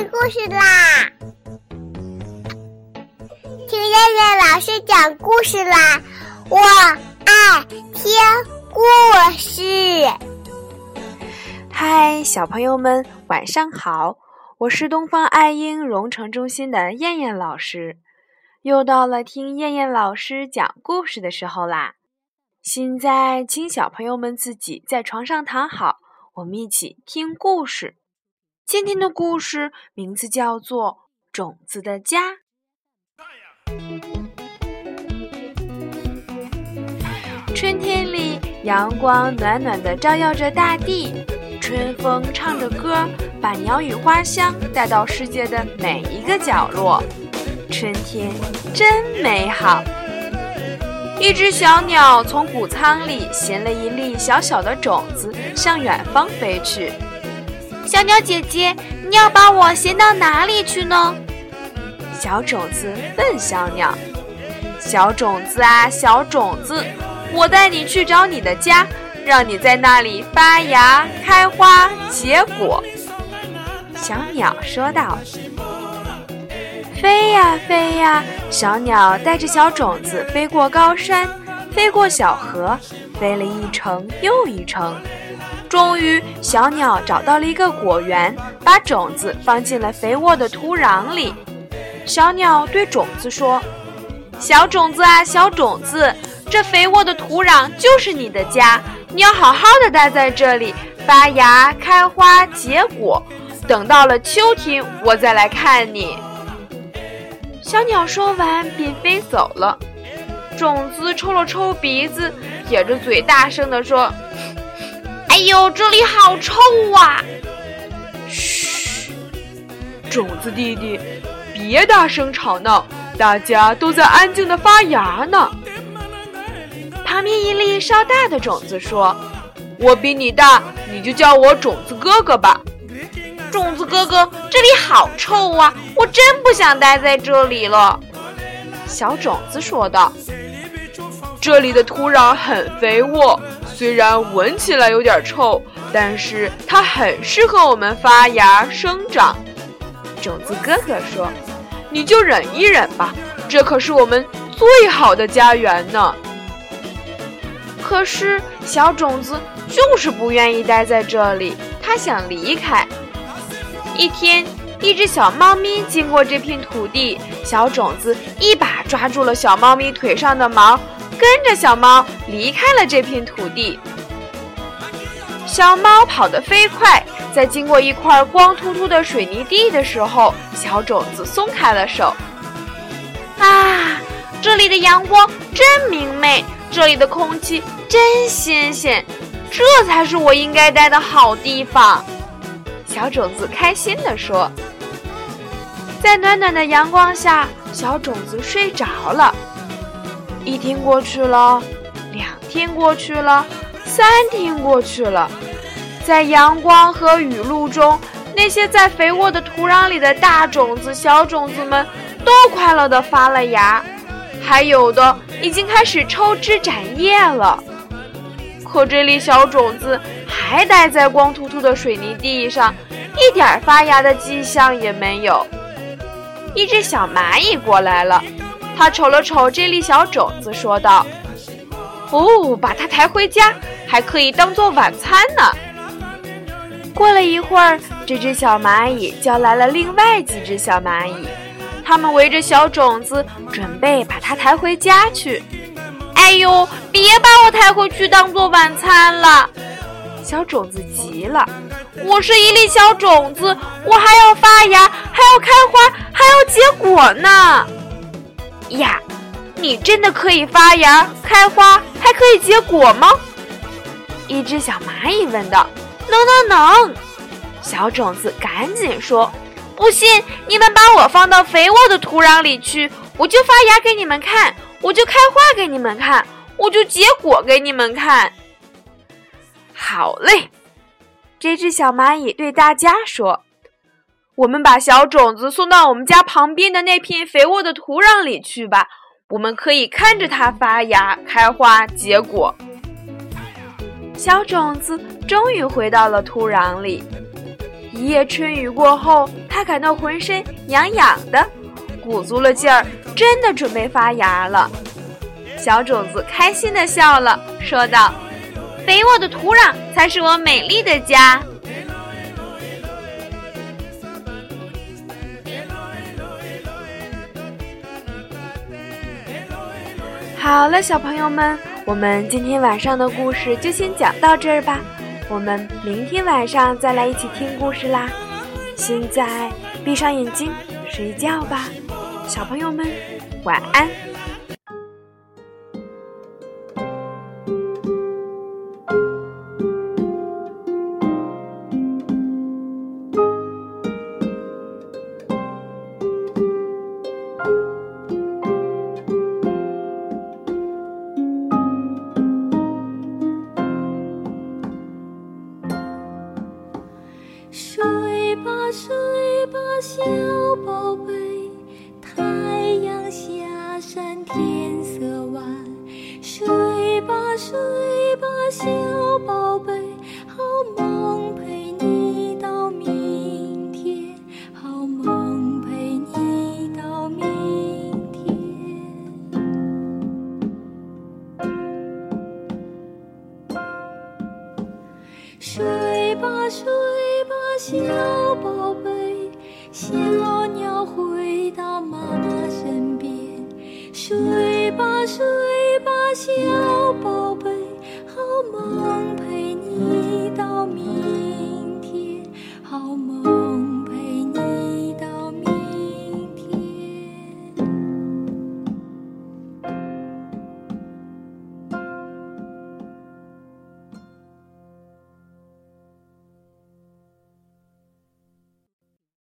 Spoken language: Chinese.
故事啦！听燕燕老师讲故事啦！我爱听故事。 嗨，小朋友们，晚上好！我是东方爱婴蓉城中心的燕燕老师，又到了听燕燕老师讲故事的时候啦。现在，请小朋友们自己在床上躺好，我们一起听故事。今天的故事名字叫做《种子的家》。春天里，阳光暖暖地照耀着大地，春风唱着歌，把鸟语花香带到世界的每一个角落。春天真美好。一只小鸟从谷仓里衔了一粒小小的种子，向远方飞去。 小鸟姐姐，你要把我衔到哪里去呢？ 小种子问小鸟。小种子啊，小种子，我带你去找你的家，让你在那里发芽、开花、结果。小鸟说道。飞呀飞呀，小鸟带着小种子飞过高山，飞过小河，飞了一程又一程。终于，小鸟找到了一个果园，把种子放进了肥沃的土壤里。小鸟对种子说：小种子啊，小种子，这肥沃的土壤就是你的家，你要好好的待在这里，发芽、开花、结果。等到了秋天，我再来看你。小鸟说完便飞走了。种子抽了抽鼻子，撇着嘴大声地说：哎呦，这里好臭啊！嘘，种子弟弟，别大声吵闹，大家都在安静地发芽呢。旁边一粒稍大的种子说：我比你大，你就叫我种子哥哥吧。种子哥哥，这里好臭啊，我真不想待在这里了。小种子说道。这里的土壤很肥沃，虽然闻起来有点臭，但是它很适合我们发芽生长。种子哥哥说：你就忍一忍吧，这可是我们最好的家园呢。可是小种子就是不愿意待在这里，它想离开。一天，一只小猫咪经过这片土地，小种子一把抓住了小猫咪腿上的毛，跟着小猫离开了这片土地。小猫跑得飞快，在经过一块光秃秃的水泥地的时候，小种子松开了手。啊，这里的阳光真明媚，这里的空气真新鲜，这才是我应该待的好地方。小种子开心地说。在暖暖的阳光下，小种子睡着了。一天过去了，2天过去了，3天过去了。在阳光和雨露中，那些在肥沃的土壤里的大种子、小种子们都快乐地发了芽，还有的已经开始抽枝展叶了。可这粒小种子还待在光秃秃的水泥地上，一点发芽的迹象也没有。一只小蚂蚁过来了，它瞅了瞅这粒小种子，说道：哦，把它抬回家，还可以当做晚餐呢。过了一会儿，这只小蚂蚁叫来了另外几只小蚂蚁，它们围着小种子，准备把它抬回家去。哎呦，别把我抬回去当做晚餐了！小种子急了，我是一粒小种子，我还要发芽，还要开花，还要结果呢。呀，你真的可以发芽、开花，还可以结果吗？一只小蚂蚁问道。能。小种子赶紧说，不信你们把我放到肥沃的土壤里去，我就发芽给你们看，我就开花给你们看，我就结果给你们看。好嘞，这只小蚂蚁对大家说，我们把小种子送到我们家旁边的那片肥沃的土壤里去吧，我们可以看着它发芽、开花、结果。小种子终于回到了土壤里。一夜春雨过后， 它感到浑身痒痒的，鼓足了劲儿，真的准备发芽了。小种子开心地笑了，说道： 肥沃的土壤才是我美丽的家。 好了，小朋友们，我们今天晚上的故事就先讲到这儿吧。我们明天晚上再来一起听故事啦。现在闭上眼睛睡觉吧，小朋友们晚安。 睡吧睡吧小宝贝，太阳下山天色晚。睡吧睡吧小宝贝，好梦陪你到明天，好梦陪你到明天。睡吧睡吧小宝贝，小鸟回到妈妈身边。睡